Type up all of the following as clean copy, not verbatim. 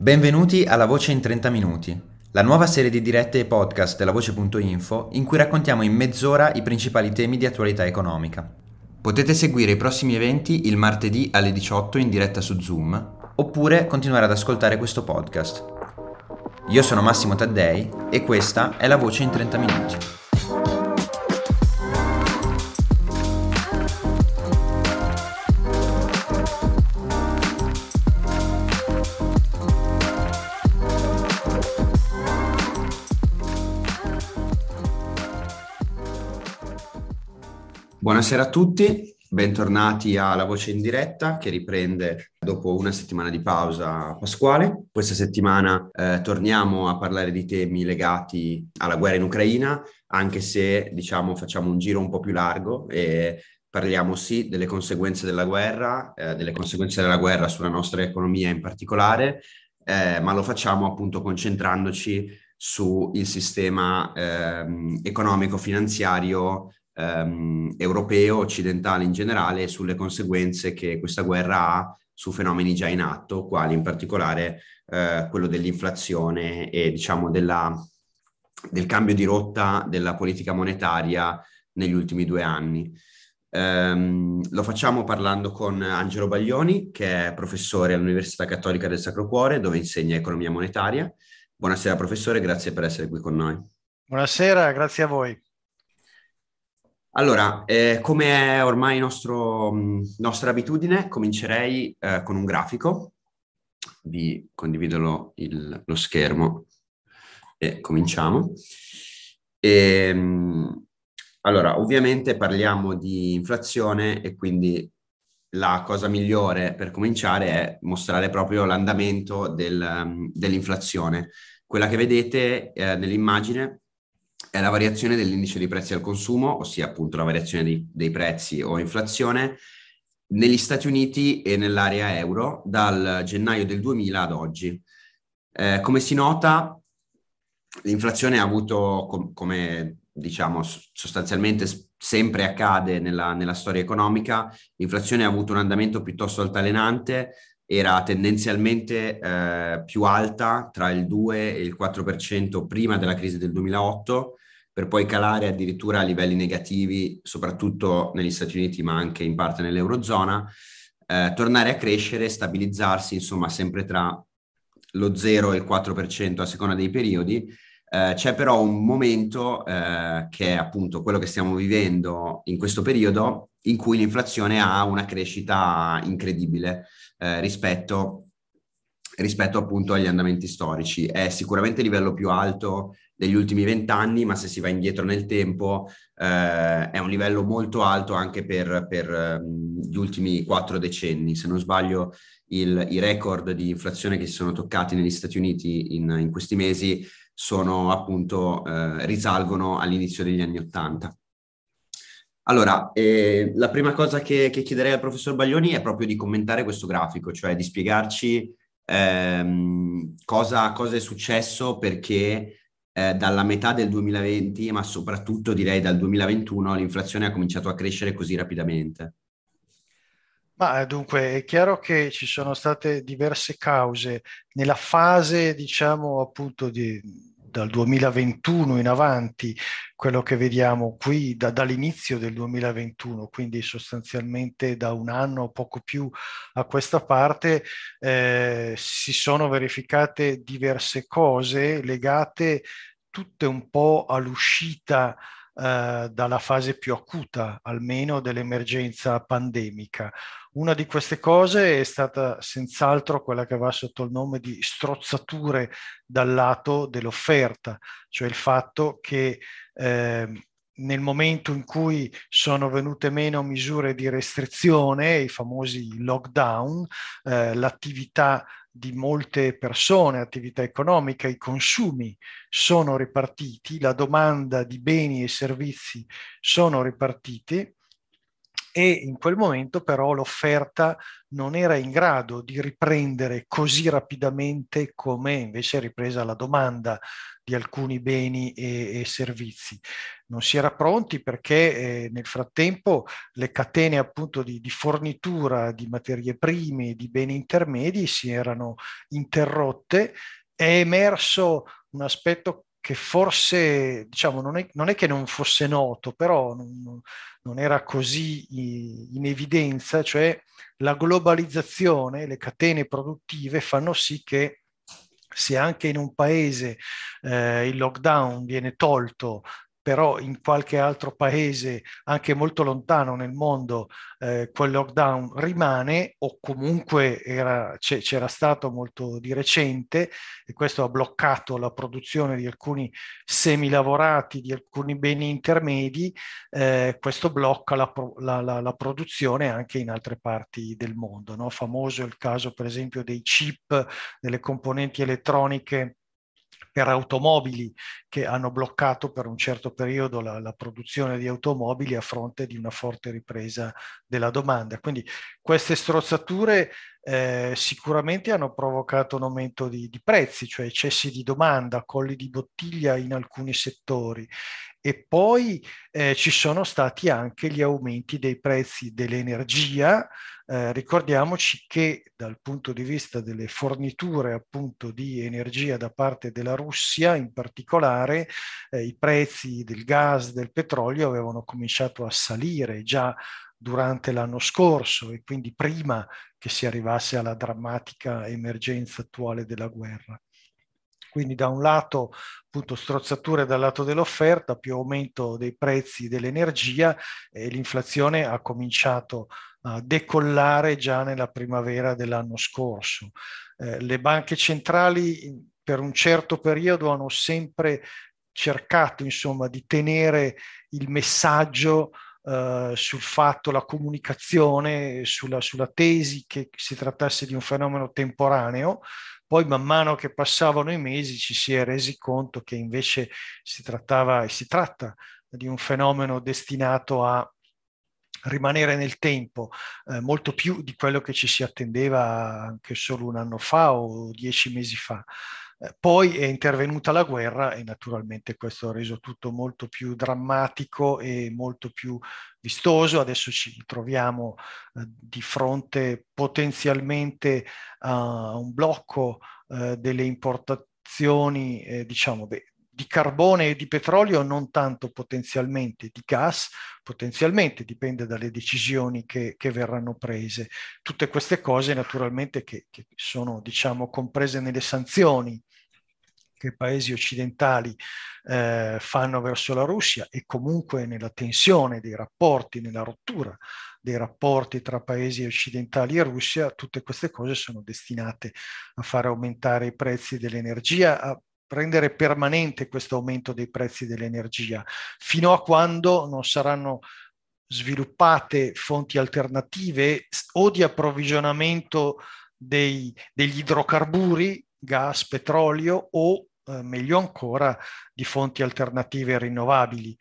Benvenuti alla Voce in 30 minuti, la nuova serie di dirette e podcast della Voce.info in cui raccontiamo in mezz'ora i principali temi di attualità economica. Potete seguire i prossimi eventi il martedì alle 18 in diretta su Zoom, oppure continuare ad ascoltare questo podcast. Io sono Massimo Taddei e questa è la Voce in 30 minuti. Buonasera a tutti, bentornati alla Voce in diretta che riprende dopo una settimana di pausa pasquale. Questa settimana torniamo a parlare di temi legati alla guerra in Ucraina, anche se facciamo un giro un po' più largo e parliamo sì delle conseguenze delle conseguenze della guerra sulla nostra economia in particolare, ma lo facciamo appunto concentrandoci sul sistema economico-finanziario europeo, occidentale in generale, e sulle conseguenze che questa guerra ha su fenomeni già in atto, quali in particolare quello dell'inflazione e del cambio di rotta della politica monetaria negli ultimi 2 anni. Lo facciamo parlando con Angelo Baglioni, che è professore all'Università Cattolica del Sacro Cuore, dove insegna economia monetaria. Buonasera professore, grazie per essere qui con noi. Buonasera, grazie a voi. Allora, come è ormai nostra abitudine, comincerei con un grafico. Vi condivido lo schermo e cominciamo. Allora, ovviamente parliamo di inflazione e quindi la cosa migliore per cominciare è mostrare proprio l'andamento dell'inflazione. Quella che vedete nell'immagine è la variazione dell'indice dei prezzi al consumo, ossia appunto la variazione dei prezzi o inflazione, negli Stati Uniti e nell'area euro dal gennaio del 2000 ad oggi. Come si nota, l'inflazione ha avuto, come diciamo sostanzialmente sempre accade nella storia economica, l'inflazione ha avuto un andamento piuttosto altalenante, era tendenzialmente più alta tra il 2 e il 4% prima della crisi del 2008, per poi calare addirittura a livelli negativi, soprattutto negli Stati Uniti, ma anche in parte nell'Eurozona, tornare a crescere, stabilizzarsi, insomma, sempre tra lo 0 e il 4% a seconda dei periodi. C'è però un momento che è appunto quello che stiamo vivendo in questo periodo, in cui l'inflazione ha una crescita incredibile rispetto appunto agli andamenti storici. È sicuramente il livello più alto degli ultimi 20 anni, ma se si va indietro nel tempo è un livello molto alto anche per gli ultimi 4 decenni. Se non sbaglio, i record di inflazione che si sono toccati negli Stati Uniti in questi mesi sono appunto risalgono all'inizio degli anni '80. Allora, la prima cosa che chiederei al professor Baglioni è proprio di commentare questo grafico, cioè di spiegarci cosa è successo, perché dalla metà del 2020, ma soprattutto direi dal 2021, l'inflazione ha cominciato a crescere così rapidamente. Ma dunque è chiaro che ci sono state diverse cause nella fase, diciamo, appunto dal 2021 in avanti, quello che vediamo qui dall'inizio del 2021, quindi sostanzialmente da un anno o poco più a questa parte, si sono verificate diverse cose legate tutte un po' all'uscita dalla fase più acuta, almeno dell'emergenza pandemica. Una di queste cose è stata senz'altro quella che va sotto il nome di strozzature dal lato dell'offerta, cioè il fatto che nel momento in cui sono venute meno misure di restrizione, i famosi lockdown, l'attività di molte persone, attività economica, i consumi sono ripartiti, la domanda di beni e servizi sono ripartiti e in quel momento però l'offerta non era in grado di riprendere così rapidamente come invece è ripresa la domanda di alcuni beni e servizi. Non si era pronti perché nel frattempo le catene appunto di fornitura di materie prime e di beni intermedi si erano interrotte. È emerso un aspetto che forse, diciamo, non è che non fosse noto, però non era così in evidenza, cioè la globalizzazione, le catene produttive fanno sì che se anche in un paese il lockdown viene tolto, però in qualche altro paese, anche molto lontano nel mondo, quel lockdown rimane o comunque c'era stato molto di recente e questo ha bloccato la produzione di alcuni semilavorati, di alcuni beni intermedi, questo blocca la produzione anche in altre parti del mondo, no? Famoso il caso per esempio dei chip, delle componenti elettroniche per automobili che hanno bloccato per un certo periodo la produzione di automobili a fronte di una forte ripresa della domanda. Quindi queste strozzature sicuramente hanno provocato un aumento di prezzi, cioè eccessi di domanda, colli di bottiglia in alcuni settori. E poi ci sono stati anche gli aumenti dei prezzi dell'energia. Ricordiamoci che dal punto di vista delle forniture appunto di energia da parte della Russia, in particolare, i prezzi del gas, del petrolio avevano cominciato a salire già durante l'anno scorso e quindi prima che si arrivasse alla drammatica emergenza attuale della guerra. Quindi da un lato appunto strozzature dal lato dell'offerta, più aumento dei prezzi dell'energia e l'inflazione ha cominciato a decollare già nella primavera dell'anno scorso. Le banche centrali per un certo periodo hanno sempre cercato insomma di tenere il messaggio sul fatto, la comunicazione, sulla tesi che si trattasse di un fenomeno temporaneo. Poi man mano che passavano i mesi ci si è resi conto che invece si trattava e si tratta di un fenomeno destinato a rimanere nel tempo, molto più di quello che ci si attendeva anche solo un anno fa o 10 mesi fa. Poi è intervenuta la guerra e naturalmente questo ha reso tutto molto più drammatico e molto più vistoso. Adesso ci troviamo di fronte potenzialmente a un blocco delle importazioni, diciamo, di carbone e di petrolio, non tanto potenzialmente di gas, potenzialmente dipende dalle decisioni che verranno prese. Tutte queste cose naturalmente che sono, diciamo, comprese nelle sanzioni che i paesi occidentali fanno verso la Russia e comunque nella tensione dei rapporti, nella rottura dei rapporti tra paesi occidentali e Russia, tutte queste cose sono destinate a far aumentare i prezzi dell'energia, a rendere permanente questo aumento dei prezzi dell'energia, fino a quando non saranno sviluppate fonti alternative o di approvvigionamento degli idrocarburi, gas, petrolio o meglio ancora di fonti alternative rinnovabili.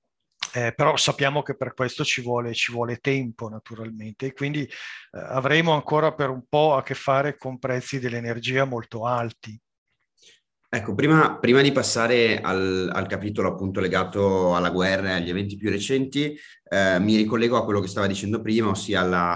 Però sappiamo che per questo ci vuole tempo naturalmente e quindi avremo ancora per un po' a che fare con prezzi dell'energia molto alti. Ecco, prima di passare al capitolo appunto legato alla guerra e agli eventi più recenti, mi ricollego a quello che stava dicendo prima, ossia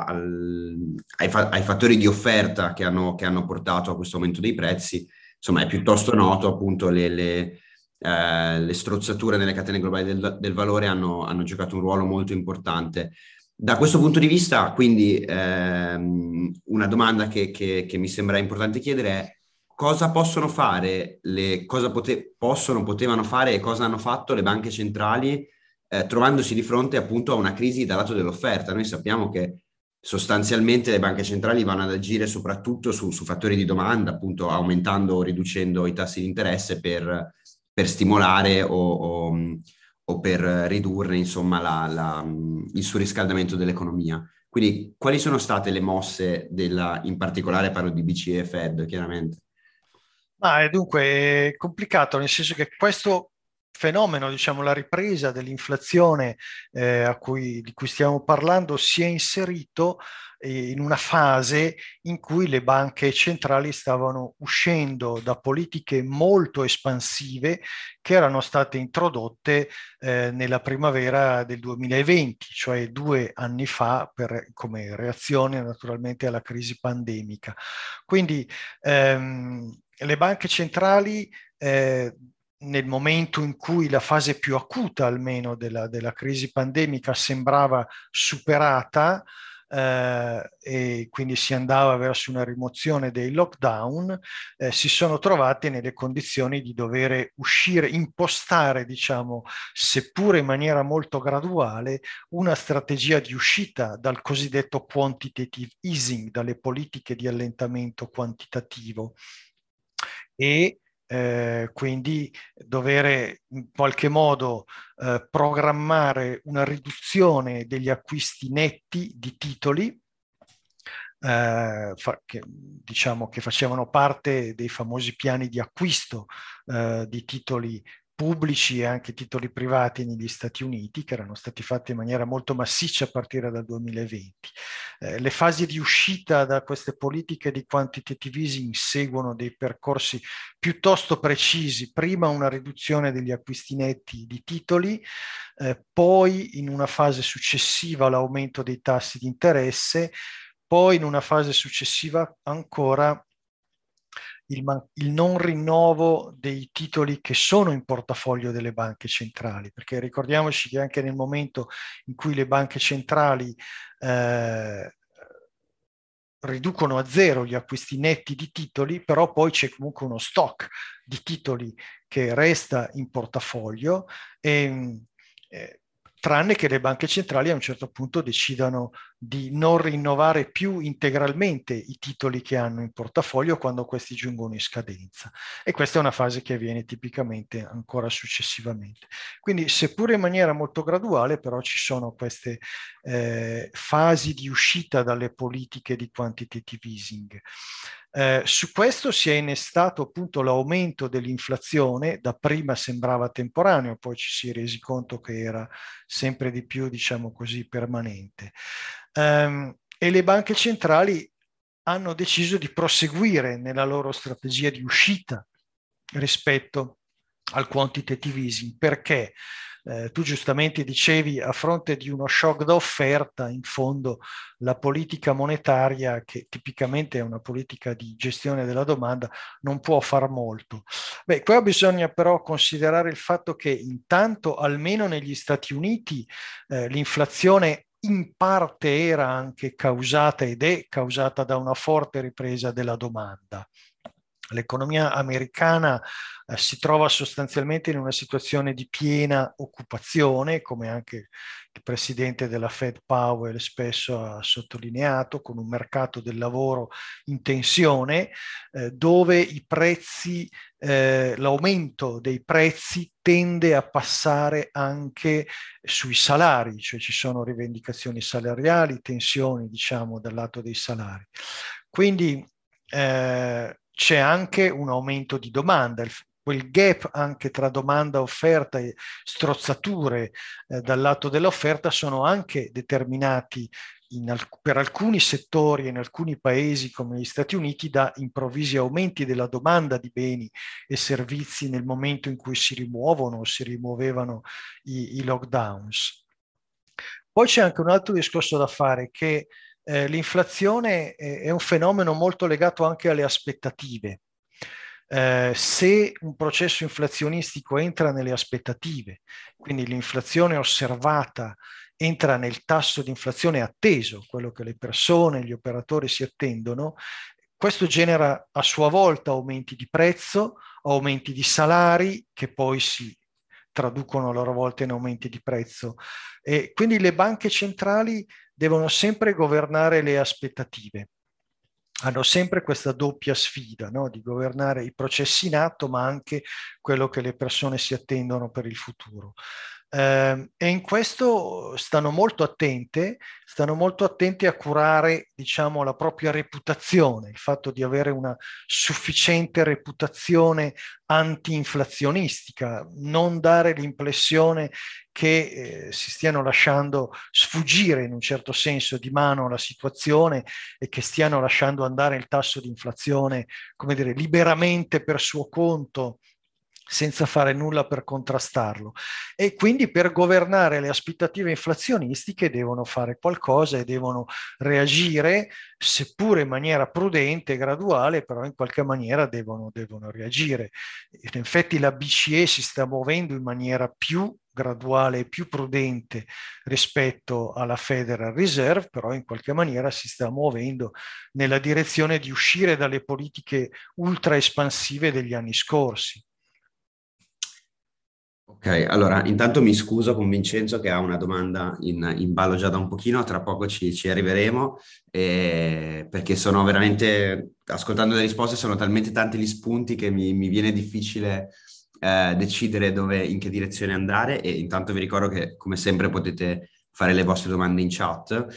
ai fattori di offerta che hanno portato a questo aumento dei prezzi. Insomma, è piuttosto noto appunto le strozzature nelle catene globali del valore hanno giocato un ruolo molto importante. Da questo punto di vista, quindi, una domanda che mi sembra importante chiedere è: cosa possono fare, potevano fare e cosa hanno fatto le banche centrali trovandosi di fronte appunto a una crisi dal lato dell'offerta? Noi sappiamo che sostanzialmente le banche centrali vanno ad agire soprattutto su fattori di domanda, appunto aumentando o riducendo i tassi di interesse per stimolare o per ridurre insomma il surriscaldamento dell'economia. Quindi quali sono state le mosse in particolare parlo di BCE e Fed, chiaramente? Ma è dunque è complicato, nel senso che questo fenomeno, diciamo, la ripresa dell'inflazione di cui stiamo parlando si è inserito in una fase in cui le banche centrali stavano uscendo da politiche molto espansive che erano state introdotte nella primavera del 2020, cioè 2 anni fa, come reazione naturalmente alla crisi pandemica. Quindi le banche centrali nel momento in cui la fase più acuta almeno della crisi pandemica sembrava superata, e quindi si andava verso una rimozione dei lockdown, si sono trovate nelle condizioni di dover uscire, impostare, diciamo, seppure in maniera molto graduale, una strategia di uscita dal cosiddetto quantitative easing, dalle politiche di allentamento quantitativo, e quindi dover in qualche modo programmare una riduzione degli acquisti netti di titoli diciamo che facevano parte dei famosi piani di acquisto di titoli pubblici e anche titoli privati negli Stati Uniti, che erano stati fatti in maniera molto massiccia a partire dal 2020. Le fasi di uscita da queste politiche di quantitative easing seguono dei percorsi piuttosto precisi: prima una riduzione degli acquisti netti di titoli, poi in una fase successiva l'aumento dei tassi di interesse, poi in una fase successiva ancora il non rinnovo dei titoli che sono in portafoglio delle banche centrali, perché ricordiamoci che anche nel momento in cui le banche centrali riducono a zero gli acquisti netti di titoli, però poi c'è comunque uno stock di titoli che resta in portafoglio, tranne che le banche centrali a un certo punto decidano di non rinnovare più integralmente i titoli che hanno in portafoglio quando questi giungono in scadenza. E questa è una fase che avviene tipicamente ancora successivamente. Quindi, seppure in maniera molto graduale, però ci sono queste fasi di uscita dalle politiche di quantitative easing. Su questo si è innestato appunto l'aumento dell'inflazione. Dapprima sembrava temporaneo, poi ci si è resi conto che era sempre di più, diciamo così, permanente. E le banche centrali hanno deciso di proseguire nella loro strategia di uscita rispetto al quantitative easing. Perché? Tu giustamente dicevi, a fronte di uno shock d'offerta, in fondo la politica monetaria, che tipicamente è una politica di gestione della domanda, non può far molto. Beh, qua bisogna però considerare il fatto che intanto, almeno negli Stati Uniti, l'inflazione in parte era anche causata ed è causata da una forte ripresa della domanda. L'economia americana si trova sostanzialmente in una situazione di piena occupazione, come anche il presidente della Fed Powell spesso ha sottolineato, con un mercato del lavoro in tensione, dove i prezzi, l'aumento dei prezzi tende a passare anche sui salari, cioè ci sono rivendicazioni salariali, tensioni, diciamo, dal lato dei salari. Quindi c'è anche un aumento di domanda, quel gap anche tra domanda e offerta e strozzature dal lato dell'offerta sono anche determinati per alcuni settori e in alcuni paesi come gli Stati Uniti da improvvisi aumenti della domanda di beni e servizi nel momento in cui si rimuovono o si rimuovevano i lockdowns. Poi c'è anche un altro discorso da fare, che l'inflazione è un fenomeno molto legato anche alle aspettative. Se un processo inflazionistico entra nelle aspettative, quindi l'inflazione osservata entra nel tasso di inflazione atteso, quello che le persone, gli operatori si attendono, questo genera a sua volta aumenti di prezzo, aumenti di salari che poi si traducono a loro volta in aumenti di prezzo. E quindi le banche centrali devono sempre governare le aspettative. Hanno sempre questa doppia sfida, no? Di governare i processi in atto, ma anche quello che le persone si attendono per il futuro. E in questo stanno molto attenti a curare, diciamo, la propria reputazione, il fatto di avere una sufficiente reputazione anti-inflazionistica, non dare l'impressione che si stiano lasciando sfuggire in un certo senso di mano la situazione e che stiano lasciando andare il tasso di inflazione, come dire, liberamente per suo conto, senza fare nulla per contrastarlo. E quindi per governare le aspettative inflazionistiche devono fare qualcosa e devono reagire, seppure in maniera prudente e graduale, però in qualche maniera devono reagire. In effetti la BCE si sta muovendo in maniera più graduale e più prudente rispetto alla Federal Reserve, però in qualche maniera si sta muovendo nella direzione di uscire dalle politiche ultra espansive degli anni scorsi. Ok, allora intanto mi scuso con Vincenzo che ha una domanda in ballo già da un pochino, tra poco ci arriveremo, perché sono veramente, ascoltando le risposte, sono talmente tanti gli spunti che mi viene difficile decidere in che direzione andare, e intanto vi ricordo che come sempre potete fare le vostre domande in chat.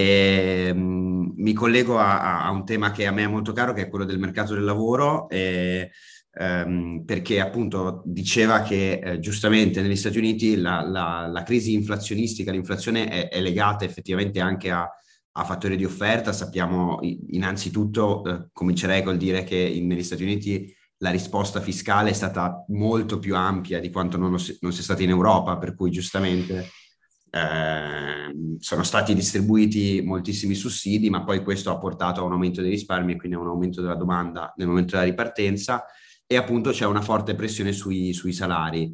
Mi collego a un tema che a me è molto caro, che è quello del mercato del lavoro. Perché appunto diceva che giustamente negli Stati Uniti la crisi inflazionistica, l'inflazione è legata effettivamente anche a fattori di offerta. Sappiamo innanzitutto, comincerei col dire che negli Stati Uniti la risposta fiscale è stata molto più ampia di quanto non sia stata in Europa, per cui giustamente sono stati distribuiti moltissimi sussidi, ma poi questo ha portato a un aumento dei risparmi e quindi a un aumento della domanda nel momento della ripartenza, e appunto c'è una forte pressione sui salari.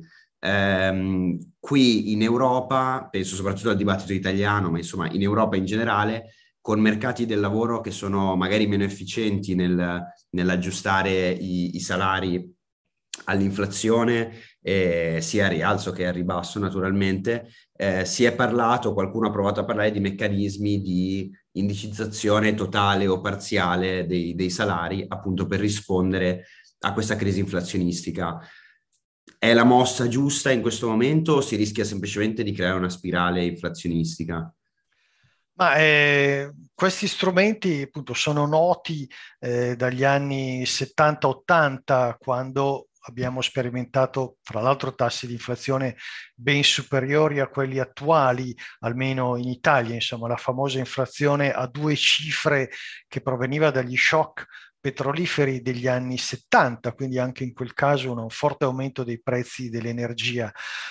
Qui in Europa, penso soprattutto al dibattito italiano, ma insomma in Europa in generale, con mercati del lavoro che sono magari meno efficienti nell'aggiustare i salari all'inflazione, sia a rialzo che a ribasso naturalmente, si è parlato, qualcuno ha provato a parlare di meccanismi di indicizzazione totale o parziale dei salari, appunto per rispondere a questa crisi inflazionistica. È la mossa giusta in questo momento o si rischia semplicemente di creare una spirale inflazionistica? Ma questi strumenti appunto sono noti dagli anni 70-80, quando abbiamo sperimentato, fra l'altro, tassi di inflazione ben superiori a quelli attuali, almeno in Italia, insomma, la famosa inflazione a due cifre che proveniva dagli shock petroliferi degli anni 70, quindi anche in quel caso un forte aumento dei prezzi dell'energia.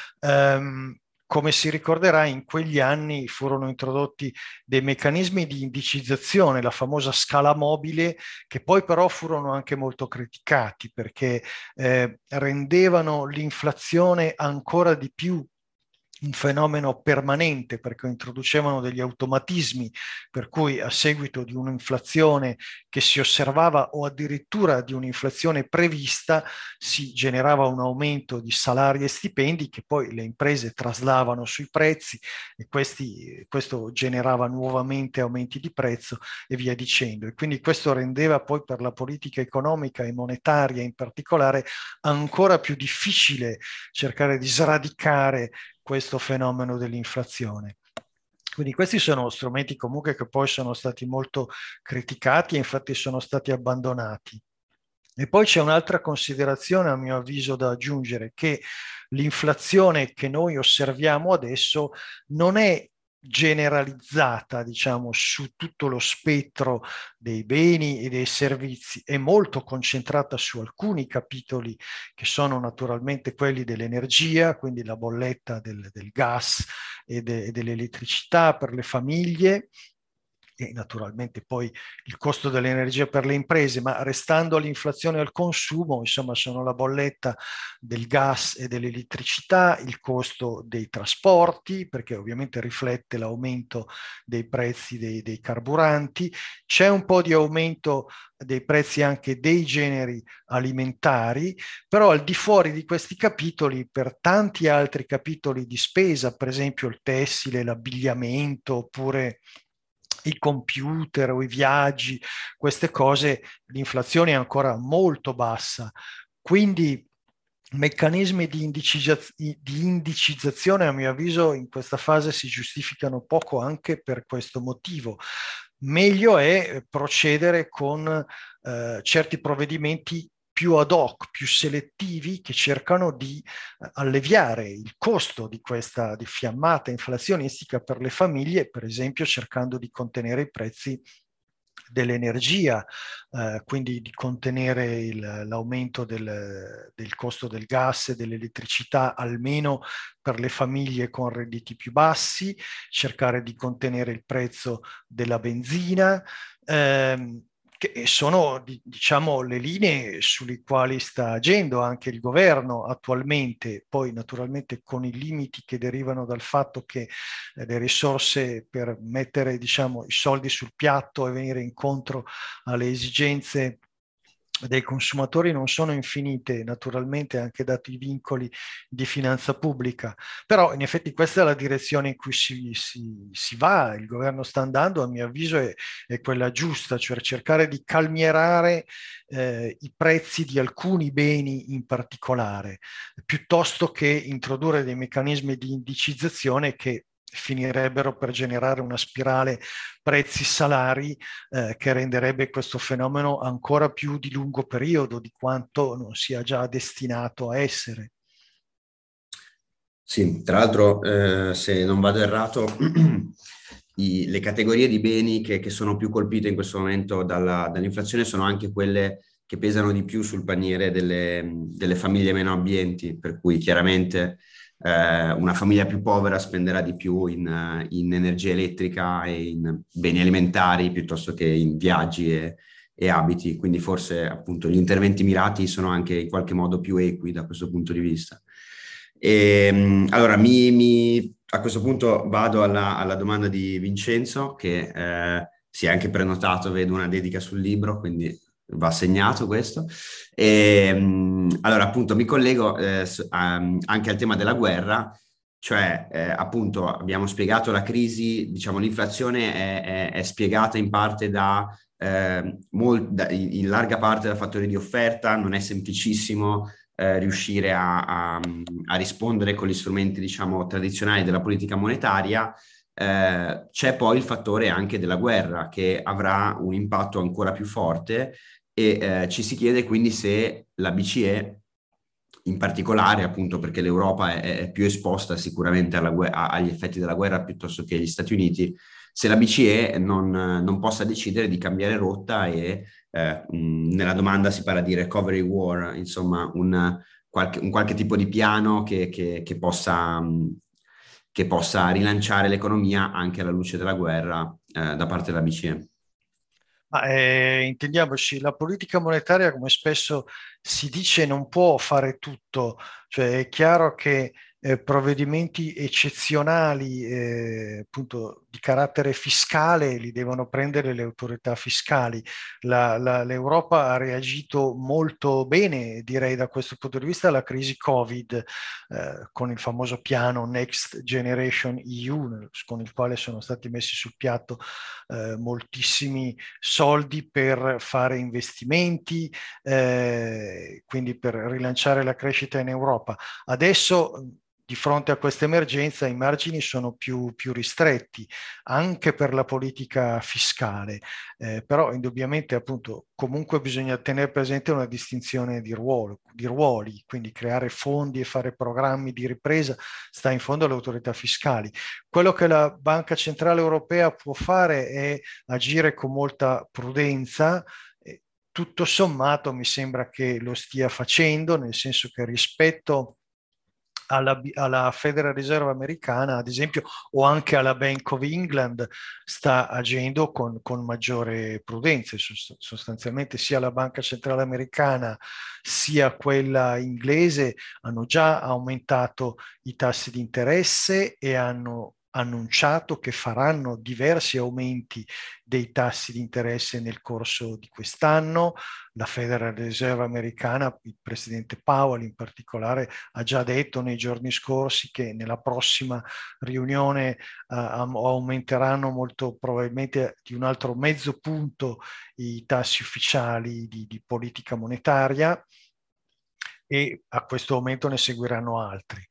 Come si ricorderà, in quegli anni furono introdotti dei meccanismi di indicizzazione, la famosa scala mobile, che poi però furono anche molto criticati perché rendevano l'inflazione ancora di più un fenomeno permanente, perché introducevano degli automatismi per cui a seguito di un'inflazione che si osservava o addirittura di un'inflazione prevista si generava un aumento di salari e stipendi che poi le imprese traslavano sui prezzi e questo generava nuovamente aumenti di prezzo e via dicendo. E quindi questo rendeva poi per la politica economica e monetaria in particolare ancora più difficile cercare di sradicare questo fenomeno dell'inflazione. Quindi questi sono strumenti comunque che poi sono stati molto criticati e infatti sono stati abbandonati. E poi c'è un'altra considerazione a mio avviso da aggiungere, che l'inflazione che noi osserviamo adesso non è generalizzata, diciamo, su tutto lo spettro dei beni e dei servizi, è molto concentrata su alcuni capitoli che sono naturalmente quelli dell'energia, quindi la bolletta del gas e dell'elettricità per le famiglie, e naturalmente poi il costo dell'energia per le imprese, ma restando all'inflazione e al consumo, insomma, sono la bolletta del gas e dell'elettricità, il costo dei trasporti, perché ovviamente riflette l'aumento dei prezzi dei carburanti, c'è un po' di aumento dei prezzi anche dei generi alimentari, però al di fuori di questi capitoli, per tanti altri capitoli di spesa, per esempio il tessile, l'abbigliamento, oppure i computer o i viaggi, queste cose, l'inflazione è ancora molto bassa. Quindi meccanismi di indicizzazione, a mio avviso, in questa fase si giustificano poco anche per questo motivo. Meglio è procedere con certi provvedimenti più ad hoc, più selettivi, che cercano di alleviare il costo di questa di fiammata inflazionistica per le famiglie, per esempio cercando di contenere i prezzi dell'energia, quindi di contenere l'aumento del costo del gas e dell'elettricità, almeno per le famiglie con redditi più bassi, cercare di contenere il prezzo della benzina, che sono, diciamo, le linee sulle quali sta agendo anche il governo attualmente, poi naturalmente con i limiti che derivano dal fatto che le risorse per mettere, diciamo, i soldi sul piatto e venire incontro alle esigenze dei consumatori non sono infinite, naturalmente anche dati i vincoli di finanza pubblica, però in effetti questa è la direzione in cui si va, il governo sta andando, a mio avviso è quella giusta, cioè cercare di calmierare i prezzi di alcuni beni in particolare, piuttosto che introdurre dei meccanismi di indicizzazione che finirebbero per generare una spirale prezzi-salari che renderebbe questo fenomeno ancora più di lungo periodo di quanto non sia già destinato a essere. Sì, tra l'altro, se non vado errato, le categorie di beni che sono più colpite in questo momento dall'inflazione sono anche quelle che pesano di più sul paniere delle famiglie meno abbienti, per cui chiaramente una famiglia più povera spenderà di più in energia elettrica e in beni alimentari piuttosto che in viaggi e abiti, quindi forse appunto gli interventi mirati sono anche in qualche modo più equi da questo punto di vista. Allora, a questo punto vado alla domanda di Vincenzo, che si è anche prenotato, vedo una dedica sul libro, quindi va segnato questo. Allora, appunto, mi collego anche al tema della guerra, cioè, appunto, abbiamo spiegato la crisi, diciamo, l'inflazione è spiegata in parte in larga parte da fattori di offerta, non è semplicissimo riuscire a rispondere con gli strumenti, diciamo, tradizionali della politica monetaria. C'è poi il fattore anche della guerra che avrà un impatto ancora più forte e ci si chiede quindi se la BCE, in particolare appunto perché l'Europa è più esposta sicuramente agli effetti della guerra piuttosto che gli Stati Uniti, se la BCE non possa decidere di cambiare rotta e nella domanda si parla di recovery war, insomma un qualche tipo di piano che possa rilanciare l'economia anche alla luce della guerra da parte della BCE. Ma, intendiamoci, la politica monetaria, come spesso si dice, non può fare tutto, cioè è chiaro che provvedimenti eccezionali, appunto di carattere fiscale, li devono prendere le autorità fiscali. L'Europa ha reagito molto bene, direi, da questo punto di vista alla crisi Covid, con il famoso piano Next Generation EU, con il quale sono stati messi sul piatto moltissimi soldi per fare investimenti, quindi per rilanciare la crescita in Europa. Adesso di fronte a questa emergenza i margini sono più ristretti anche per la politica fiscale, però indubbiamente appunto comunque bisogna tenere presente una distinzione di ruoli, quindi creare fondi e fare programmi di ripresa sta in fondo alle autorità fiscali. Quello che la Banca Centrale Europea può fare è agire con molta prudenza. Tutto sommato mi sembra che lo stia facendo, nel senso che rispetto alla Federal Reserve americana, ad esempio, o anche alla Bank of England, sta agendo con maggiore prudenza. Sostanzialmente sia la Banca Centrale Americana sia quella inglese hanno già aumentato i tassi di interesse e hanno annunciato che faranno diversi aumenti dei tassi di interesse nel corso di quest'anno. La Federal Reserve americana, il presidente Powell in particolare, ha già detto nei giorni scorsi che nella prossima riunione aumenteranno molto probabilmente di un altro mezzo punto i tassi ufficiali di politica monetaria. e a questo momento ne seguiranno altri.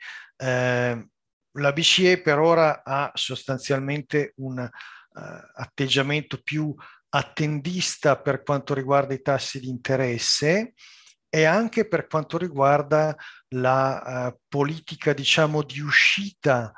La BCE per ora ha sostanzialmente un atteggiamento più attendista per quanto riguarda i tassi di interesse e anche per quanto riguarda la politica, diciamo, di uscita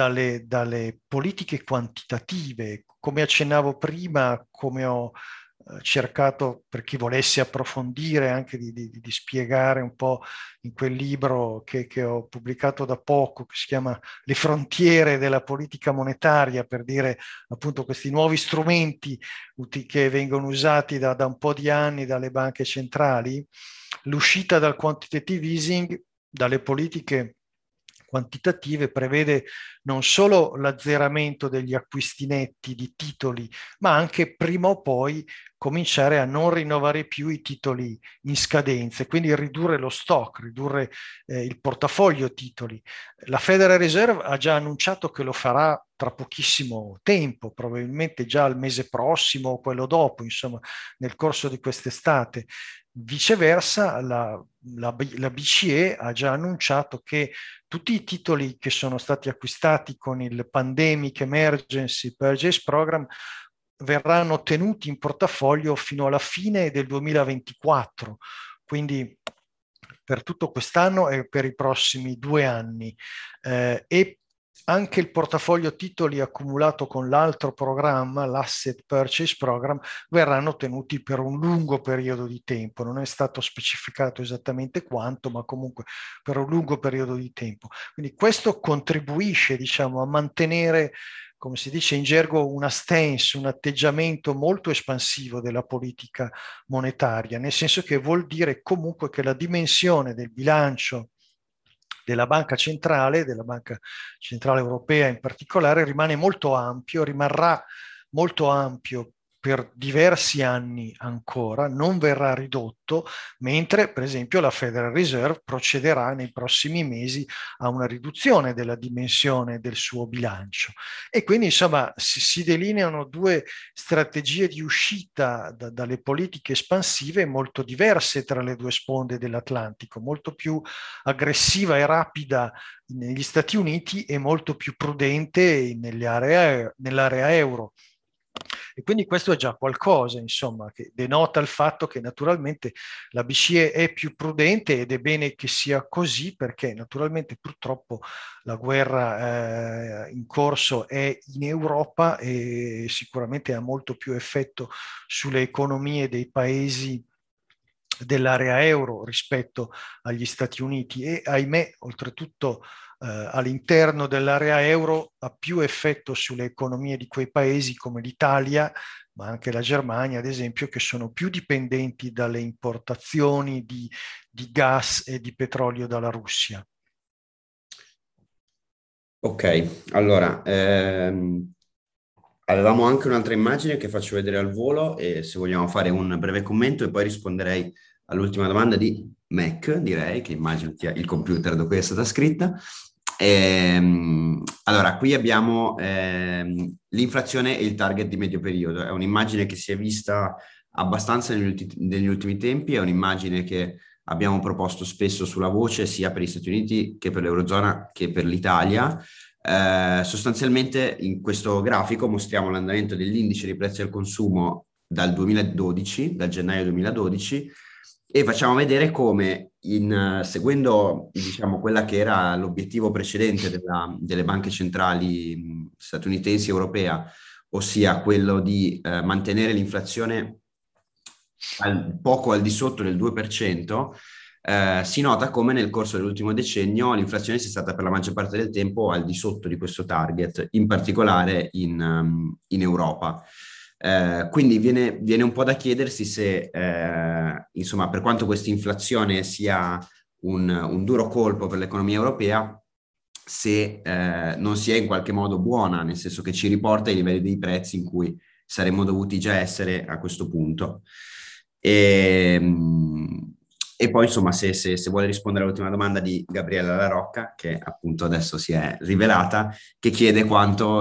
dalle politiche quantitative. Come accennavo prima, come ho cercato, per chi volesse approfondire, anche di spiegare un po' in quel libro che ho pubblicato da poco, che si chiama Le frontiere della politica monetaria, per dire appunto questi nuovi strumenti che vengono usati da un po' di anni dalle banche centrali, l'uscita dal quantitative easing, dalle politiche quantitative, prevede non solo l'azzeramento degli acquisti netti di titoli, ma anche prima o poi cominciare a non rinnovare più i titoli in scadenza, quindi ridurre lo stock, ridurre il portafoglio titoli. La Federal Reserve ha già annunciato che lo farà tra pochissimo tempo, probabilmente già il mese prossimo o quello dopo, insomma, nel corso di quest'estate. Viceversa, la BCE ha già annunciato che tutti i titoli che sono stati acquistati con il Pandemic Emergency Purchase Program verranno tenuti in portafoglio fino alla fine del 2024, quindi per tutto quest'anno e per i prossimi 2 anni. E anche il portafoglio titoli accumulato con l'altro programma, l'Asset Purchase Program, verranno tenuti per un lungo periodo di tempo. Non è stato specificato esattamente quanto, ma comunque per un lungo periodo di tempo. Quindi questo contribuisce, diciamo, a mantenere, come si dice in gergo, una stance, un atteggiamento molto espansivo della politica monetaria, nel senso che vuol dire comunque che la dimensione del bilancio della Banca Centrale Europea in particolare, rimane molto ampio, rimarrà molto ampio per diversi anni ancora, non verrà ridotto, mentre per esempio la Federal Reserve procederà nei prossimi mesi a una riduzione della dimensione del suo bilancio. E quindi insomma si delineano due strategie di uscita dalle politiche espansive molto diverse tra le due sponde dell'Atlantico, molto più aggressiva e rapida negli Stati Uniti e molto più prudente nell'area euro. E quindi questo è già qualcosa, insomma, che denota il fatto che naturalmente la BCE è più prudente ed è bene che sia così, perché naturalmente purtroppo la guerra in corso è in Europa e sicuramente ha molto più effetto sulle economie dei paesi dell'area euro rispetto agli Stati Uniti e ahimè oltretutto all'interno dell'area euro ha più effetto sulle economie di quei paesi come l'Italia, ma anche la Germania ad esempio, che sono più dipendenti dalle importazioni di gas e di petrolio dalla Russia. Ok, allora, avevamo anche un'altra immagine che faccio vedere al volo e se vogliamo fare un breve commento e poi risponderei all'ultima domanda di Mac, direi, che immagino sia il computer da cui è stata scritta. Allora, qui abbiamo l'inflazione e il target di medio periodo. È un'immagine che si è vista abbastanza negli ultimi tempi, è un'immagine che abbiamo proposto spesso sulla voce sia per gli Stati Uniti che per l'Eurozona che per l'Italia. Sostanzialmente in questo grafico mostriamo l'andamento dell'indice dei prezzi al consumo dal 2012, dal gennaio 2012, e facciamo vedere come seguendo diciamo quella che era l'obiettivo precedente delle banche centrali statunitensi e europea, ossia quello di mantenere l'inflazione poco al di sotto del 2%, si nota come nel corso dell'ultimo decennio l'inflazione sia stata per la maggior parte del tempo al di sotto di questo target, in particolare in Europa. Quindi viene un po' da chiedersi se, insomma, per quanto questa inflazione sia un duro colpo per l'economia europea, se non sia in qualche modo buona, nel senso che ci riporta ai livelli dei prezzi in cui saremmo dovuti già essere a questo punto. E poi, insomma, se vuole rispondere all'ultima domanda di Gabriella La Rocca, che appunto adesso si è rivelata, che chiede quanto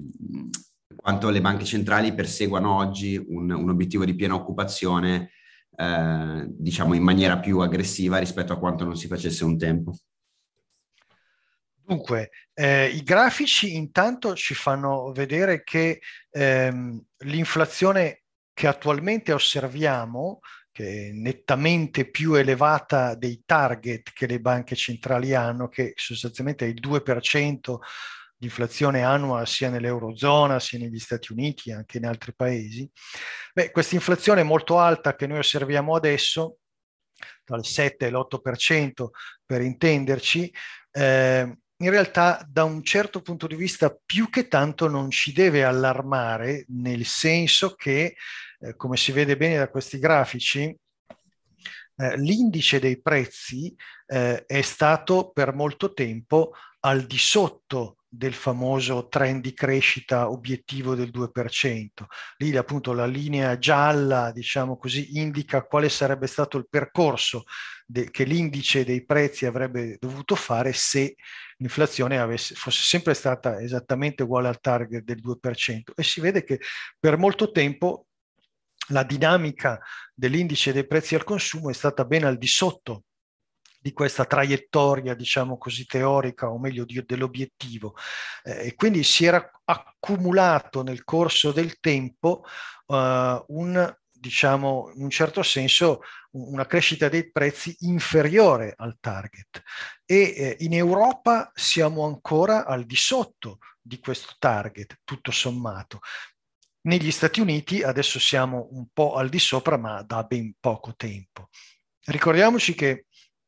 le banche centrali perseguano oggi un obiettivo di piena occupazione diciamo, in maniera più aggressiva rispetto a quanto non si facesse un tempo. Dunque, i grafici intanto ci fanno vedere che l'inflazione che attualmente osserviamo, che è nettamente più elevata dei target che le banche centrali hanno, che sostanzialmente è il 2% di inflazione annua sia nell'Eurozona, sia negli Stati Uniti, anche in altri paesi. Beh, questa inflazione molto alta che noi osserviamo adesso, tra il 7 e l'8% per intenderci, in realtà da un certo punto di vista più che tanto non ci deve allarmare, nel senso che, come si vede bene da questi grafici, l'indice dei prezzi è stato per molto tempo al di sotto del famoso trend di crescita obiettivo del 2%. Lì appunto la linea gialla, diciamo così, indica quale sarebbe stato il percorso che l'indice dei prezzi avrebbe dovuto fare se l'inflazione fosse sempre stata esattamente uguale al target del 2%. E si vede che per molto tempo la dinamica dell'indice dei prezzi al consumo è stata ben al di sotto di questa traiettoria, diciamo così, teorica, o meglio dell'obiettivo. E quindi si era accumulato nel corso del tempo diciamo, in un certo senso, una crescita dei prezzi inferiore al target. E in Europa siamo ancora al di sotto di questo target, tutto sommato. Negli Stati Uniti adesso siamo un po' al di sopra, ma da ben poco tempo. Ricordiamoci che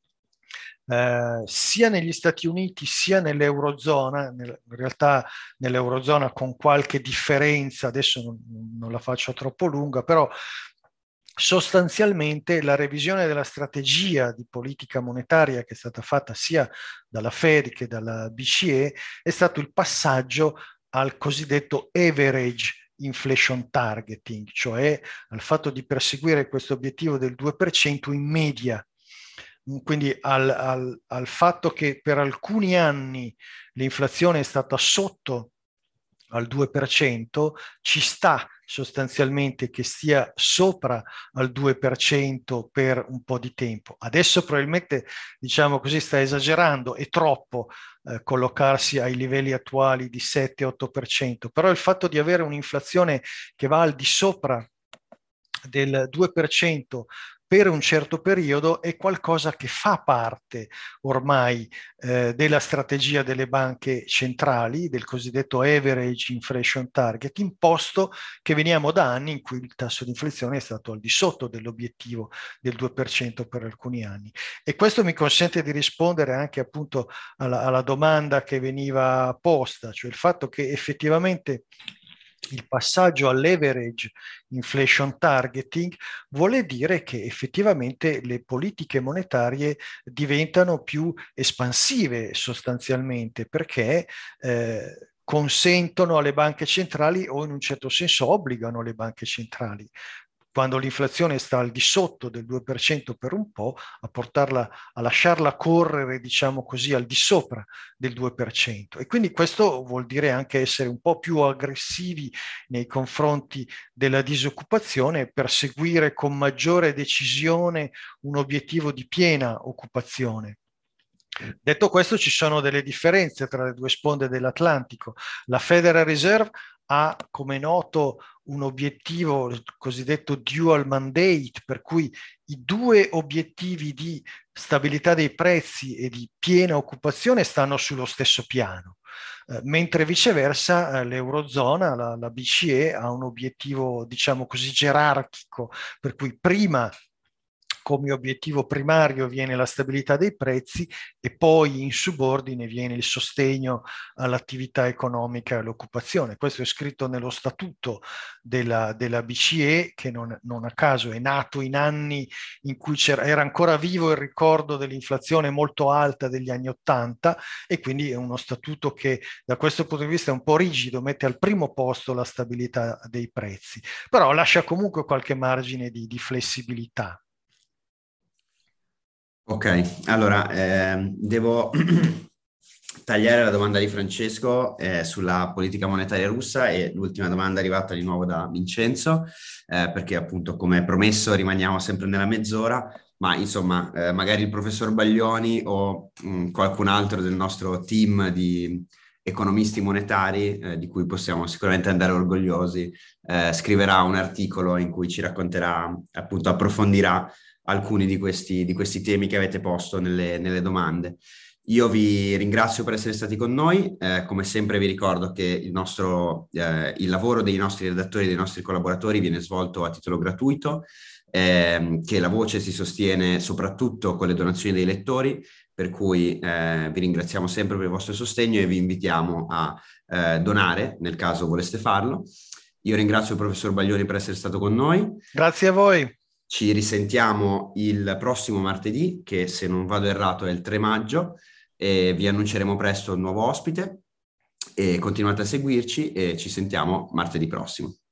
sia negli Stati Uniti sia nell'Eurozona, in realtà nell'Eurozona con qualche differenza, adesso non la faccio troppo lunga, però sostanzialmente la revisione della strategia di politica monetaria che è stata fatta sia dalla Fed che dalla BCE è stato il passaggio al cosiddetto average inflation targeting, cioè al fatto di perseguire questo obiettivo del 2% in media. Quindi al fatto che per alcuni anni l'inflazione è stata sotto al 2%, ci sta sostanzialmente che stia sopra al 2% per un po' di tempo. Adesso probabilmente, diciamo così, sta esagerando, è troppo collocarsi ai livelli attuali di 7-8%, però il fatto di avere un'inflazione che va al di sopra del 2% per un certo periodo è qualcosa che fa parte ormai della strategia delle banche centrali, del cosiddetto average inflation target, imposto che veniamo da anni in cui il tasso di inflazione è stato al di sotto dell'obiettivo del 2% per alcuni anni. E questo mi consente di rispondere anche appunto alla domanda che veniva posta, cioè il fatto che effettivamente il passaggio all'average inflation targeting vuole dire che effettivamente le politiche monetarie diventano più espansive sostanzialmente perché consentono alle banche centrali o in un certo senso obbligano le banche centrali quando l'inflazione sta al di sotto del 2% per un po', a lasciarla correre, diciamo così, al di sopra del 2%. E quindi questo vuol dire anche essere un po' più aggressivi nei confronti della disoccupazione e perseguire con maggiore decisione un obiettivo di piena occupazione. Detto questo, ci sono delle differenze tra le due sponde dell'Atlantico. La Federal Reserve ha, come noto, un obiettivo cosiddetto dual mandate, per cui i due obiettivi di stabilità dei prezzi e di piena occupazione stanno sullo stesso piano. Mentre viceversa l'Eurozona, la BCE, ha un obiettivo, diciamo così, gerarchico, per cui prima come obiettivo primario viene la stabilità dei prezzi e poi in subordine viene il sostegno all'attività economica e all'occupazione. Questo è scritto nello statuto della BCE, che non a caso è nato in anni in cui era ancora vivo il ricordo dell'inflazione molto alta degli anni Ottanta e quindi è uno statuto che da questo punto di vista è un po' rigido, mette al primo posto la stabilità dei prezzi, però lascia comunque qualche margine di flessibilità. Ok, allora devo tagliare la domanda di Francesco sulla politica monetaria russa e l'ultima domanda arrivata di nuovo da Vincenzo, perché appunto come promesso rimaniamo sempre nella mezz'ora, ma insomma magari il professor Baglioni o qualcun altro del nostro team di economisti monetari, di cui possiamo sicuramente andare orgogliosi, scriverà un articolo in cui ci racconterà, appunto approfondirà alcuni di questi temi che avete posto nelle domande. Io vi ringrazio per essere stati con noi, come sempre vi ricordo che il lavoro dei nostri redattori e dei nostri collaboratori viene svolto a titolo gratuito, che la voce si sostiene soprattutto con le donazioni dei lettori, per cui vi ringraziamo sempre per il vostro sostegno e vi invitiamo a donare nel caso voleste farlo. Io ringrazio il professor Baglioni per essere stato con noi. Grazie a voi. Ci risentiamo il prossimo martedì, che se non vado errato è il 3 maggio, e vi annunceremo presto un nuovo ospite e continuate a seguirci e ci sentiamo martedì prossimo.